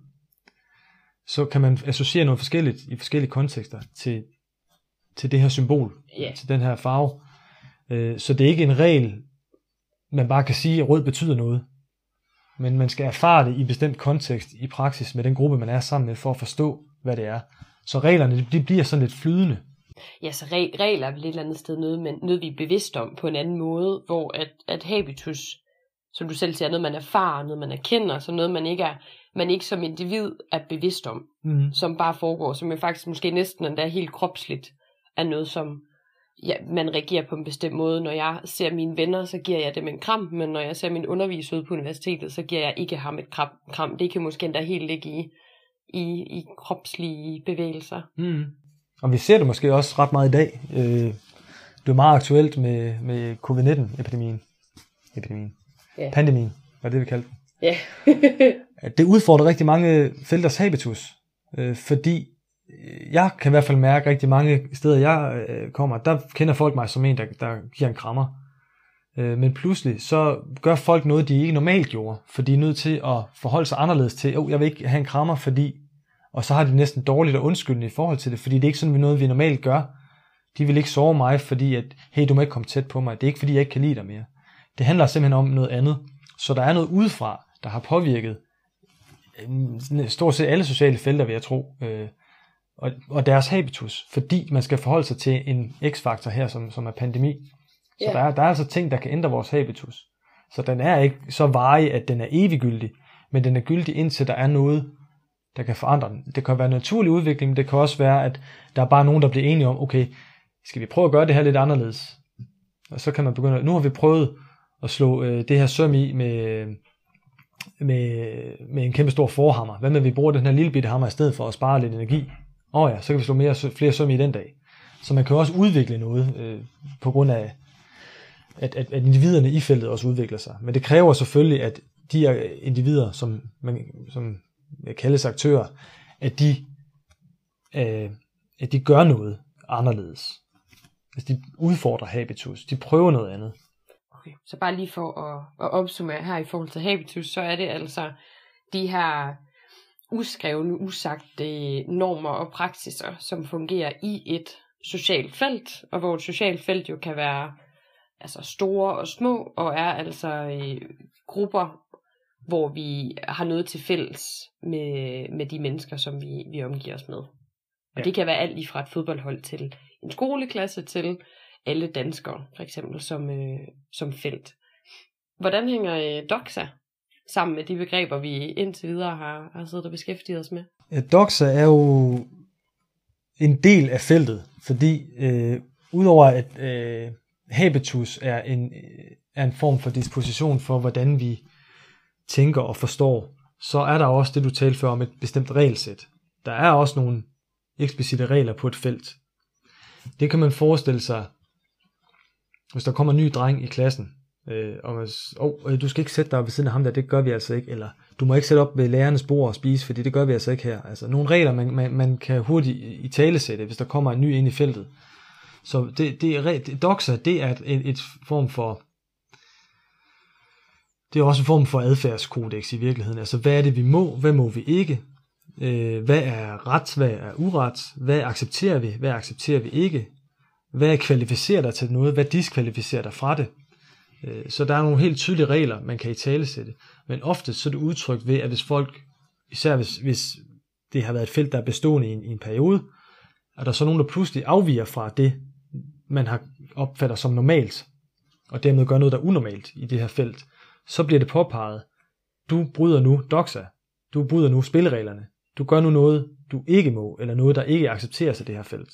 Så kan man associere noget forskelligt i forskellige kontekster til det her symbol, til den her farve. Så det er ikke en regel, man bare kan sige, at rød betyder noget. Men man skal erfare det i bestemt kontekst, i praksis med den gruppe, man er sammen med, for at forstå, hvad det er. Så reglerne, de bliver sådan lidt flydende. Ja, så regler er vel et eller andet sted noget, vi er bevidst om på en anden måde, hvor at habitus, som du selv siger, noget man erfarer, noget man erkender, så noget man ikke som individ er bevidst om, som bare foregår, som er faktisk måske næsten endda helt kropsligt, er noget, som man reagerer på en bestemt måde. Når jeg ser mine venner, så giver jeg dem en kram, men når jeg ser min underviser ude på universitetet, så giver jeg ikke ham et kram. Det kan måske endda helt ligge i kropslige bevægelser. Og vi ser det måske også ret meget i dag. Det er meget aktuelt med covid-19-epidemien. Pandemien, var det vi kaldte den. Det udfordrer rigtig mange felters habitus, fordi jeg kan i hvert fald mærke rigtig mange steder, jeg kommer, der kender folk mig som en, der giver en krammer. Men pludselig så gør folk noget, de ikke normalt gjorde, for de er nødt til at forholde sig anderledes til, jeg vil ikke have en krammer, fordi, og så har de næsten dårligt og undskyldende i forhold til det, fordi det er ikke sådan noget, vi normalt gør. De vil ikke såre mig, fordi at, hey, du må ikke komme tæt på mig. Det er ikke, fordi jeg ikke kan lide dig mere. Det handler simpelthen om noget andet. Så der er noget udefra, der har påvirket stort set alle sociale felter, vil jeg tro, og deres habitus, fordi man skal forholde sig til en x-faktor her, som er pandemi. Så der er altså ting, der kan ændre vores habitus. Så den er ikke så varig, at den er eviggyldig, men den er gyldig indtil der er noget, der kan forandre den. Det kan være en naturlig udvikling, men det kan også være, at der er bare nogen, der bliver enige om, okay, skal vi prøve at gøre det her lidt anderledes? Og så kan man begynde, nu har vi prøvet at slå det her søm i med en kæmpe stor forhammer. Hvad med, vi bruger den her lille bitte hammer i stedet for at spare lidt energi? Så kan vi slå flere søm i den dag. Så man kan også udvikle noget på grund af, at individerne i feltet også udvikler sig. Men det kræver selvfølgelig, at de her individer, som kaldes aktører, at de gør noget anderledes. Altså de udfordrer habitus. De prøver noget andet. Okay, så bare lige for at opsummere her i forhold til habitus, så er det altså de her uskrevne, usagte normer og praksiser, som fungerer i et socialt felt, og hvor et socialt felt jo kan være altså store og små, og er altså grupper, hvor vi har noget til fælles med de mennesker, som vi omgiver os med. Og det kan være alt lige fra et fodboldhold til en skoleklasse til alle danskere, for eksempel som felt. Hvordan hænger Doxa sammen med de begreber, vi indtil videre har siddet og beskæftiget os med? Ja, Doxa er jo en del af feltet, fordi udover at habitus er en form for disposition for, hvordan vi tænker og forstår, så er der også det, du talte før om et bestemt regelsæt. Der er også nogle eksplicite regler på et felt. Det kan man forestille sig, hvis der kommer en ny dreng i klassen, og du skal ikke sætte dig ved siden af ham der, det gør vi altså ikke, eller du må ikke sætte op ved lærernes bord og spise, fordi det gør vi altså ikke her. Altså nogle regler, man kan hurtigt i talesætte, hvis der kommer en ny ind i feltet. Så Doxa, det er et form for, det er også en form for adfærdskodex i virkeligheden. Altså hvad er det vi må, hvad må vi ikke, hvad er ret, hvad er uret, hvad accepterer vi, hvad accepterer vi ikke, hvad kvalificerer dig til noget, hvad diskvalificerer dig fra det. Så der er nogle helt tydelige regler, man kan italesætte. Men ofte så er det udtrykt ved, at hvis folk, især hvis det har været et felt, der er bestående i en periode, er der så nogen, der pludselig afviger fra det, man har opfatter som normalt, og dermed gør noget, der er unormalt i det her felt, så bliver det påpeget, du bryder nu Doxa, du bryder nu spillereglerne, du gør nu noget, du ikke må, eller noget, der ikke accepteres af det her felt.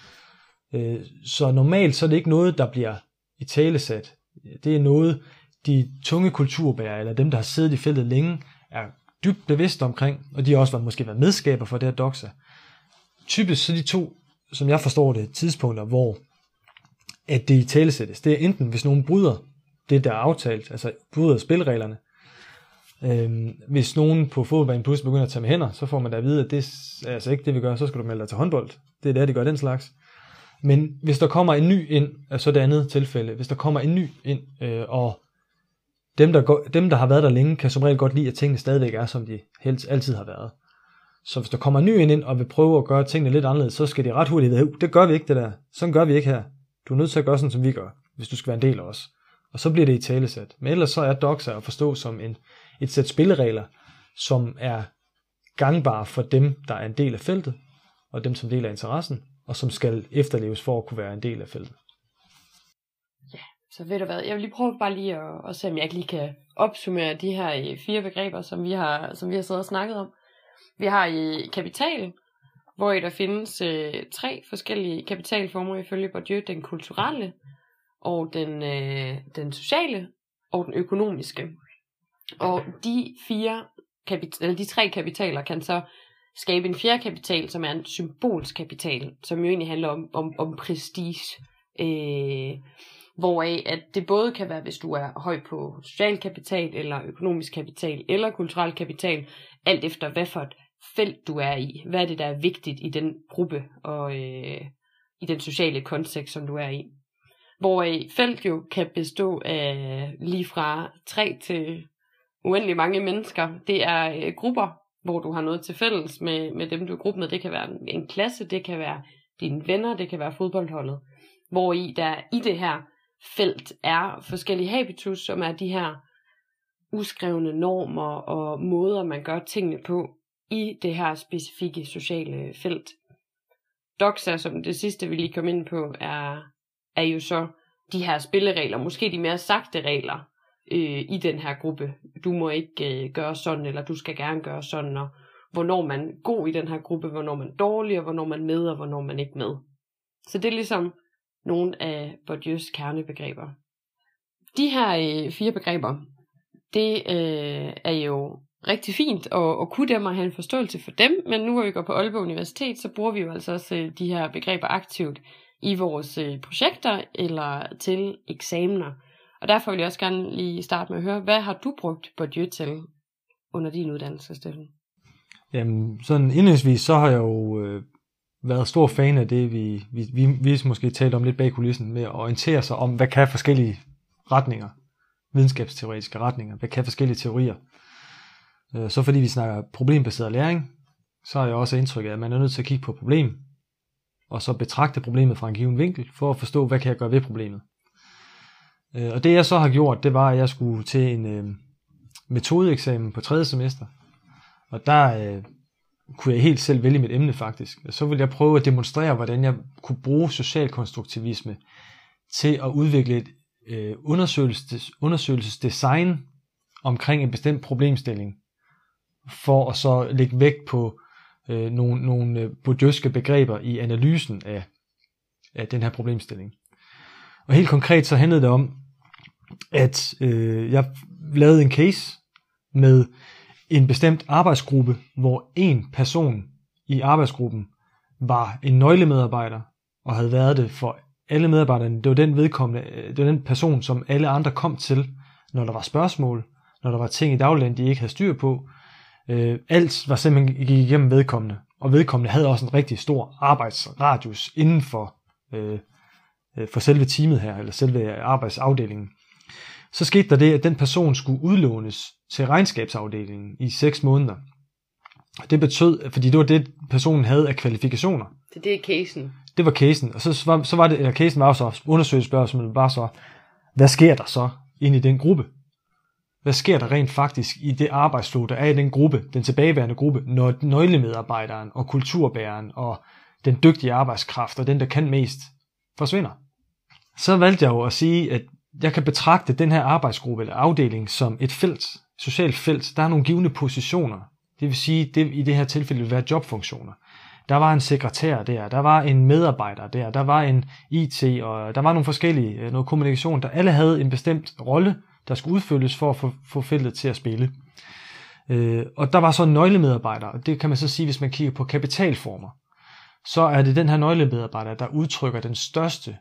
Så normalt så er det ikke noget, der bliver italesat. Det er noget, de tunge kulturbærere, eller dem, der har siddet i feltet længe, er dybt bevidste omkring, og de har også måske været medskaber for det her Doxa. Typisk så de to, som jeg forstår det, tidspunkter, hvor at det italesættes, det er enten, hvis nogen bryder det, der er aftalt, altså bryder spillereglerne. Hvis nogen på fodboldbanen pludselig begynder at tage med hænder, så får man da at vide, at det er altså ikke det, vi gør, så skal du melde dig til håndbold. Det er der, de gør den slags. Men hvis der kommer en ny ind, altså det andet tilfælde, hvis der kommer en ny ind, og dem, der har været der længe, kan som regel godt lide, at tingene stadigvæk er, som de helst altid har været. Så hvis der kommer en ny ind og vil prøve at gøre tingene lidt anderledes, så skal de ret hurtigt vide, det gør vi ikke det der, sådan gør vi ikke her. Du er nødt til at gøre sådan, som vi gør, hvis du skal være en del af os. Og så bliver det i talesæt. Men ellers så er Doxa at forstå som et sæt spilleregler, som er gangbare for dem, der er en del af feltet, og dem, som del af interessen, og som skal efterleves for at kunne være en del af feltet. Ja, så ved du hvad, jeg vil lige prøve bare lige at se, om jeg ikke lige kan opsummere de her 4 begreber, som vi har siddet og snakket om. Vi har i kapital, hvor der findes 3 forskellige kapitalformer ifølge Bourdieu: den kulturelle, og den sociale, og den økonomiske. Og de 3 kapitaler kan så skabe en 4. kapital, som er en symbolsk kapital, som jo egentlig handler om prestige. Hvoraf at det både kan være, hvis du er høj på social kapital, eller økonomisk kapital, eller kulturel kapital, alt efter hvad for et felt du er i. Hvad er det, der er vigtigt i den gruppe, og i den sociale kontekst, som du er i. Hvor felt jo kan bestå af lige fra 3 til uendelig mange mennesker. Det er grupper, hvor du har noget til fælles med dem, du er gruppe med. Det kan være en klasse, det kan være dine venner, det kan være fodboldholdet. Hvor der i det her felt er forskellige habitus, som er de her uskrevne normer og måder, man gør tingene på i det her specifikke sociale felt. Doxa, som det sidste, vi lige kom ind på, er jo så de her spilleregler, måske de mere sagte regler i den her gruppe. Du må ikke gøre sådan, eller du skal gerne gøre sådan, og hvornår man er god i den her gruppe, hvornår man er dårlig, og hvornår man er med, og hvornår man ikke med. Så det er ligesom nogle af Bourdieus kernebegreber. De her 4 begreber, det er jo rigtig fint at kunne dem og have en forståelse for dem, men nu hvor vi går på Aalborg Universitet, så bruger vi jo altså også de her begreber aktivt i vores projekter eller til eksamener. Og derfor vil jeg også gerne lige starte med at høre, hvad har du brugt Bourdieu til under din uddannelse, Steffen? Jamen, sådan indledningsvis, så har jeg jo været stor fan af det, vi måske talt om lidt bag kulissen, med at orientere sig om, hvad kan forskellige retninger, videnskabsteoretiske retninger, hvad kan forskellige teorier. Så fordi vi snakker problembaseret læring, så har jeg også indtryk af, at man er nødt til at kigge på problem, og så betragte problemet fra en given vinkel, for at forstå, hvad kan jeg gøre ved problemet. Og det jeg så har gjort, det var, at jeg skulle til en metodeeksamen på 3. semester, og der kunne jeg helt selv vælge mit emne faktisk. Og så ville jeg prøve at demonstrere, hvordan jeg kunne bruge socialkonstruktivisme til at udvikle et undersøgelsesdesign omkring en bestemt problemstilling, for at så lægge vægt på nogle bourdieuske begreber i analysen af den her problemstilling. Og helt konkret så handlede det om, at jeg lavede en case med en bestemt arbejdsgruppe, hvor en person i arbejdsgruppen var en nøglemedarbejder, og havde været det for alle medarbejderne. Det var den person, som alle andre kom til, når der var spørgsmål, når der var ting i dagligdagen, de ikke havde styr på. Alt var simpelthen gik igennem vedkommende, og vedkommende havde også en rigtig stor arbejdsradius inden for selve teamet her, eller selve arbejdsafdelingen. Så skete der det, at den person skulle udlånes til regnskabsafdelingen i 6 måneder. Det betød, fordi det var det, personen havde af kvalifikationer. Det er casen. Det var casen, og så var det, eller casen var så undersøgelsesspørgsmålet var så, hvad sker der så inde i den gruppe? Hvad sker der rent faktisk i det arbejdsflow, der er i den gruppe, den tilbageværende gruppe, når nøglemedarbejderen og kulturbæreren og den dygtige arbejdskraft og den, der kan mest, forsvinder? Så valgte jeg jo at sige, at jeg kan betragte den her arbejdsgruppe eller afdeling som et felt, socialt felt. Der er nogle givne positioner. Det vil sige, det i det her tilfælde vil være jobfunktioner. Der var en sekretær der var en medarbejder der var en IT, og der var nogle forskellige, noget kommunikation, der alle havde en bestemt rolle, der skulle udfyldes for at få feltet til at spille. Og der var så en nøglemedarbejder, og det kan man så sige, hvis man kigger på kapitalformer, så er det den her nøglemedarbejder, der udtrykker den største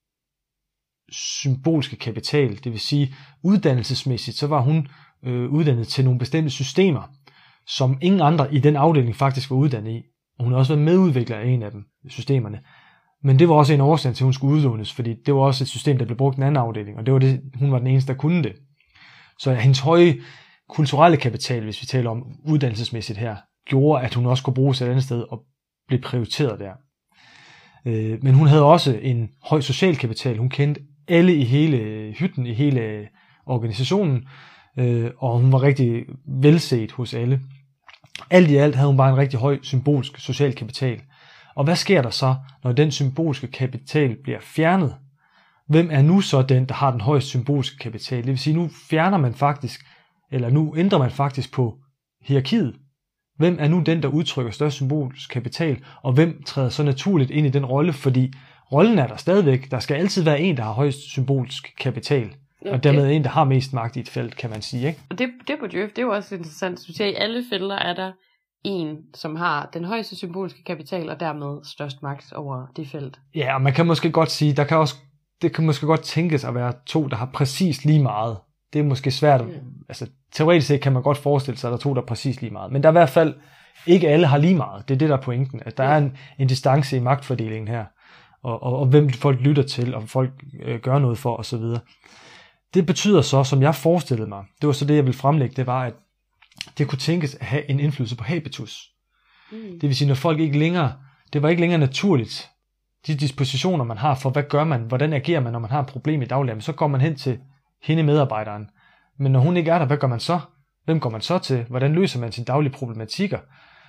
symbolske kapital. Det vil sige, uddannelsesmæssigt, så var hun uddannet til nogle bestemte systemer, som ingen andre i den afdeling faktisk var uddannet i. Og hun har også været medudvikler af en af dem, systemerne. Men det var også en årsag til, at hun skulle udlånes, fordi det var også et system, der blev brugt i en anden afdeling, og det var det, hun var den eneste, der kunne det. Så hendes høje kulturelle kapital, hvis vi taler om uddannelsesmæssigt her, gjorde, at hun også kunne bruges et andet sted og blev prioriteret der. Men hun havde også en høj social kapital. Hun kendte alle i hele hytten, i hele organisationen, og hun var rigtig velset hos alle. Alt i alt havde hun bare en rigtig høj symbolsk social kapital. Og hvad sker der så, når den symbolske kapital bliver fjernet? Hvem er nu så den, der har den højeste symbolske kapital? Det vil sige, nu fjerner man faktisk, eller nu ændrer man faktisk på hierarkiet. Hvem er nu den, der udtrykker størst symbolsk kapital, og hvem træder så naturligt ind i den rolle? Fordi rollen er der stadigvæk. Der skal altid være en, der har højst symbolsk kapital. Okay. Og dermed en, der har mest magt i et felt, kan man sige. Ikke? Og det på Djøf, det er jo også interessant. Du siger, i alle felter er der en, som har den højeste symbolske kapital, og dermed størst magt over det felt. Ja, og man kan måske godt sige, det kan måske godt tænkes at være 2, der har præcis lige meget. Det er måske svært. Altså, teoretisk set kan man godt forestille sig, at der er 2, der har præcis lige meget. Men der er i hvert fald ikke alle har lige meget. Det er det, der er pointen. At der er en distance i magtfordelingen her. Og hvem folk lytter til, og folk gør noget for, osv. Det betyder så, som jeg forestillede mig, det var så det, jeg ville fremlægge, det var, at det kunne tænkes at have en indflydelse på habitus. Det vil sige, når folk ikke længere, det var ikke længere naturligt, de dispositioner, man har for, hvad gør man, hvordan agerer man, når man har et problem i dagligdagen, så går man hen til hende medarbejderen. Men når hun ikke er der, hvad gør man så? Hvem går man så til? Hvordan løser man sine daglige problematikker?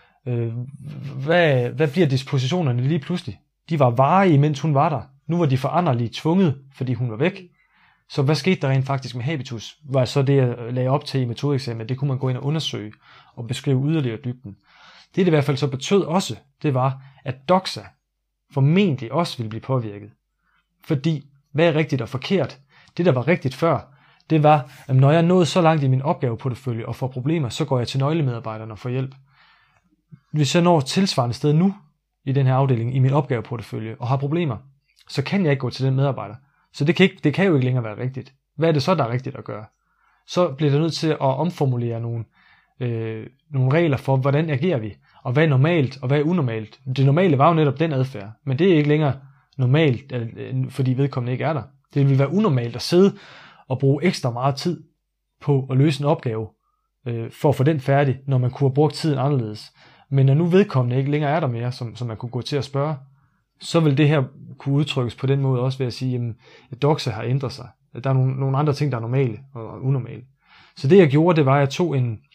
Hvad bliver dispositionerne lige pludselig? De var varige, mens hun var der. Nu var de foranderlige tvunget, fordi hun var væk. Så hvad skete der rent faktisk med habitus? Var så det, jeg lagde op til i metodeeksamen, det kunne man gå ind og undersøge og beskrive yderligere dybden. Det i hvert fald så betød også, det var, at doxa formentlig også ville blive påvirket. Fordi, hvad er rigtigt og forkert? Det, der var rigtigt før, det var, at når jeg nåede så langt i min opgaveportefølje og får problemer, så går jeg til nøglemedarbejderne og får hjælp. Hvis jeg når tilsvarende sted nu, i den her afdeling, i min opgaveportefølje, og har problemer, så kan jeg ikke gå til den medarbejder. Så det kan jo ikke længere være rigtigt. Hvad er det så, der er rigtigt at gøre? Så bliver der nødt til at omformulere nogle regler for, hvordan agerer vi, og hvad er normalt, og hvad er unormalt. Det normale var jo netop den adfærd, men det er ikke længere normalt, fordi vedkommende ikke er der. Det vil være unormalt at sidde og bruge ekstra meget tid på at løse en opgave, for at få den færdig, når man kunne have brugt tiden anderledes. Men når nu vedkommende ikke længere er der mere, som man kunne gå til at spørge, så vil det her kunne udtrykkes på den måde også ved at sige, at doxa har ændret sig. Der er nogle andre ting, der er normale og unormale. Så det jeg gjorde, det var, at jeg tog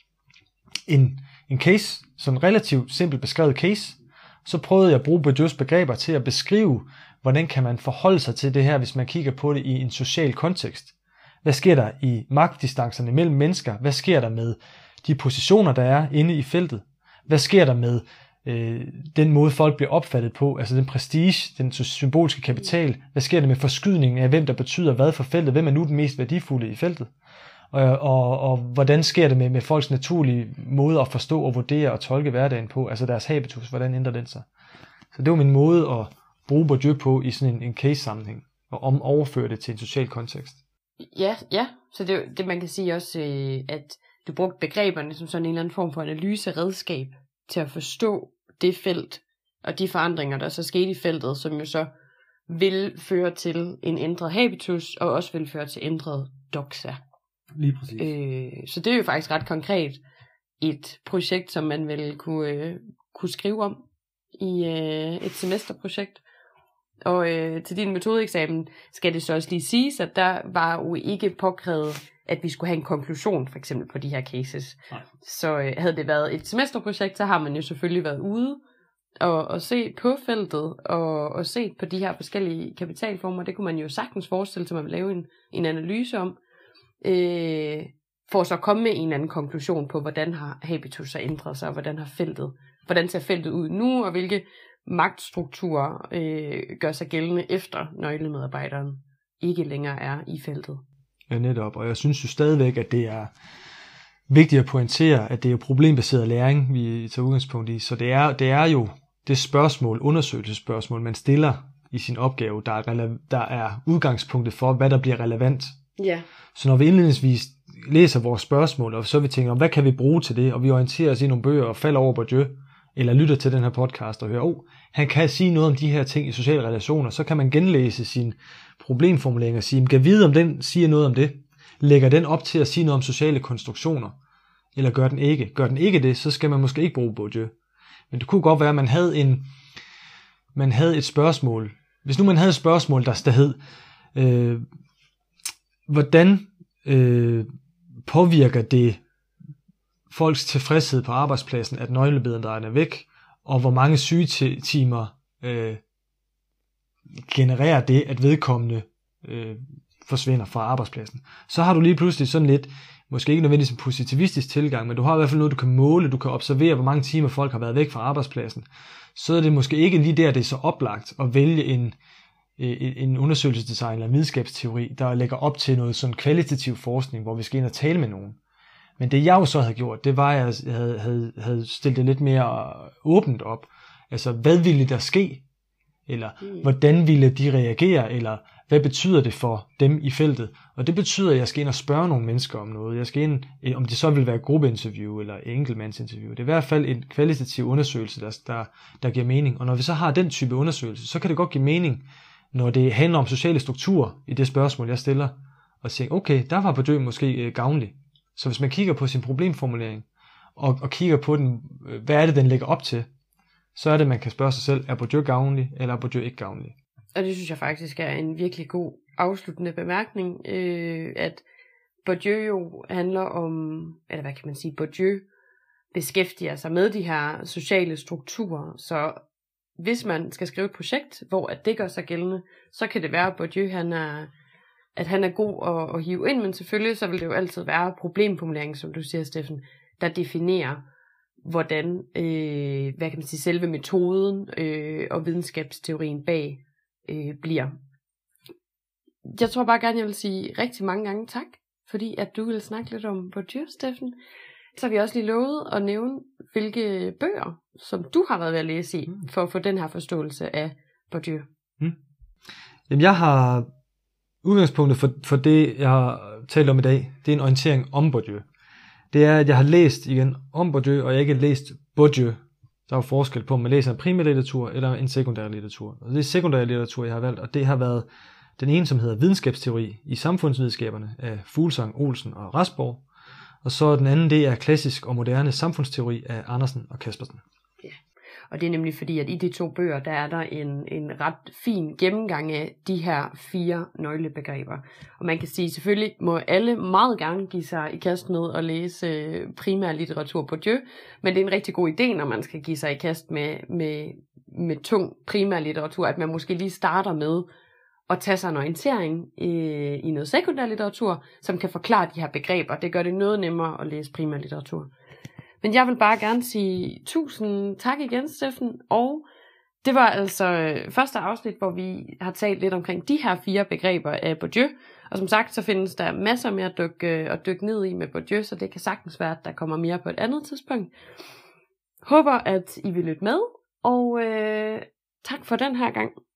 en case, sådan en relativt simpelt beskrevet case, så prøvede jeg at bruge Bourdieu's begreber til at beskrive, hvordan kan man forholde sig til det her, hvis man kigger på det i en social kontekst. Hvad sker der i magtdistancerne mellem mennesker? Hvad sker der med de positioner, der er inde i feltet? Hvad sker der med den måde, folk bliver opfattet på? Altså den prestige, den symbolske kapital. Hvad sker der med forskydningen af, hvem der betyder hvad for feltet? Hvem er nu den mest værdifulde i feltet? Og hvordan sker det med folks naturlige måde at forstå og vurdere og tolke hverdagen på? Altså deres habitus, hvordan ændrer den sig? Så det var min måde at bruge Bourdieu på i sådan en case-sammenhæng, og overføre det til en social kontekst. Ja. Så det man kan sige også, at du brugte begreberne som sådan en eller anden form for analyseredskab til at forstå det felt, og de forandringer, der så skete i feltet, som jo så vil føre til en ændret habitus, og også vil føre til ændret doxa. Lige præcis. Så det er jo faktisk ret konkret et projekt, som man vil kunne skrive om i et semesterprojekt. Og til din metodeeksamen skal det så også lige siges, at der var jo ikke påkrævet, at vi skulle have en konklusion, for eksempel på de her cases. Nej. Så havde det været et semesterprojekt, så har man jo selvfølgelig været ude og set på feltet, og set på de her forskellige kapitalformer. Det kunne man jo sagtens forestille sig, at man ville lave en analyse om, for så at komme med en eller anden konklusion på, hvordan har habitus så ændret sig, og hvordan ser feltet ud nu, og hvilke magtstrukturer gør sig gældende efter nøglemedarbejderen ikke længere er i feltet. Ja, netop. Og jeg synes jo stadigvæk, at det er vigtigt at pointere, at det er jo problembaseret læring, vi tager udgangspunkt i. Så det er jo det spørgsmål, undersøgelsesspørgsmål, man stiller i sin opgave, der er udgangspunktet for, hvad der bliver relevant. Ja. Så når vi indledningsvis læser vores spørgsmål, og så vi tænker, hvad kan vi bruge til det, og vi orienterer os i nogle bøger og falder over Bourdieu, eller lytter til den her podcast og hører, han kan sige noget om de her ting i sociale relationer, så kan man genlæse sin problemformulering og sige, kan vide, om den siger noget om det, lægger den op til at sige noget om sociale konstruktioner, eller gør den ikke. Gør den ikke det, så skal man måske ikke bruge Bourdieu. Men det kunne godt være, at man havde et spørgsmål. Hvis nu man havde et spørgsmål, der hed, hvordan påvirker det folks tilfredshed på arbejdspladsen, at nøglemedarbejderne er væk, og hvor mange sygetimer genererer det, at vedkommende forsvinder fra arbejdspladsen. Så har du lige pludselig sådan lidt, måske ikke nødvendigvis en positivistisk tilgang, men du har i hvert fald noget, du kan måle, du kan observere, hvor mange timer folk har været væk fra arbejdspladsen. Så er det måske ikke lige der, det er så oplagt at vælge en undersøgelsesdesign eller videnskabsteori, der lægger op til noget sådan kvalitativ forskning, hvor vi skal ind og tale med nogen. Men det jeg jo så havde gjort, det var, at jeg havde stillet det lidt mere åbent op. Altså, hvad ville der ske? Eller hvordan ville de reagere? Eller hvad betyder det for dem i feltet? Og det betyder, at jeg skal ind og spørge nogle mennesker om noget. Jeg skal ind, om det så vil være gruppeinterview eller enkeltmandsinterview. Det er i hvert fald en kvalitativ undersøgelse, der giver mening. Og når vi så har den type undersøgelse, så kan det godt give mening, når det handler om sociale strukturer i det spørgsmål, jeg stiller. Og tænke, okay, der var Bourdieu måske gavnlig. Så hvis man kigger på sin problemformulering, og kigger på den, hvad er det, den lægger op til, så er det, man kan spørge sig selv, er Bourdieu gavnlig, eller er Bourdieu ikke gavnlig? Og det synes jeg faktisk er en virkelig god afsluttende bemærkning, at Bourdieu jo handler om, eller hvad kan man sige, Bourdieu beskæftiger sig med de her sociale strukturer, så hvis man skal skrive et projekt, hvor at det gør sig gældende, så kan det være, at Bourdieu at han er god at hive ind, men selvfølgelig så vil det jo altid være problemformuleringen, som du siger, Steffen, der definerer, hvordan, hvad kan man sige, selve metoden og videnskabsteorien bag bliver. Jeg tror bare gerne, jeg vil sige rigtig mange gange tak, fordi at du vil snakke lidt om Bourdieu, Steffen. Så har vi også lige lovet at nævne, hvilke bøger, som du har været ved at læse i, for at få den her forståelse af Bourdieu. Jamen, jeg har udgangspunktet for det, jeg har talt om i dag, det er en orientering om Bourdieu. Det er, at jeg har læst igen om Bourdieu, og jeg ikke har læst Bourdieu. Der er jo forskel på, om man læser en primær litteratur eller en sekundær litteratur. Og det er sekundær litteratur, jeg har valgt, og det har været den ene, som hedder Videnskabsteori i samfundsvidenskaberne af Fuglsang, Olsen og Rasborg. Og så den anden, det er Klassisk og moderne samfundsteori af Andersen og Kaspersen. Ja. Og det er nemlig fordi, at i de 2 bøger, der er der en ret fin gennemgang af de her 4 nøglebegreber. Og man kan sige, selvfølgelig må alle meget gerne give sig i kast med at læse primær litteratur på Bourdieu, men det er en rigtig god idé, når man skal give sig i kast med tung primær litteratur, at man måske lige starter med at tage sig en orientering i noget sekundær litteratur, som kan forklare de her begreber. Det gør det noget nemmere at læse primær litteratur. Men jeg vil bare gerne sige tusind tak igen, Steffen. Og det var altså første afsnit, hvor vi har talt lidt omkring de her 4 begreber af Bourdieu. Og som sagt, så findes der masser mere at dykke ned i med Bourdieu, så det kan sagtens være, at der kommer mere på et andet tidspunkt. Håber, at I vil lytte med, og tak for den her gang.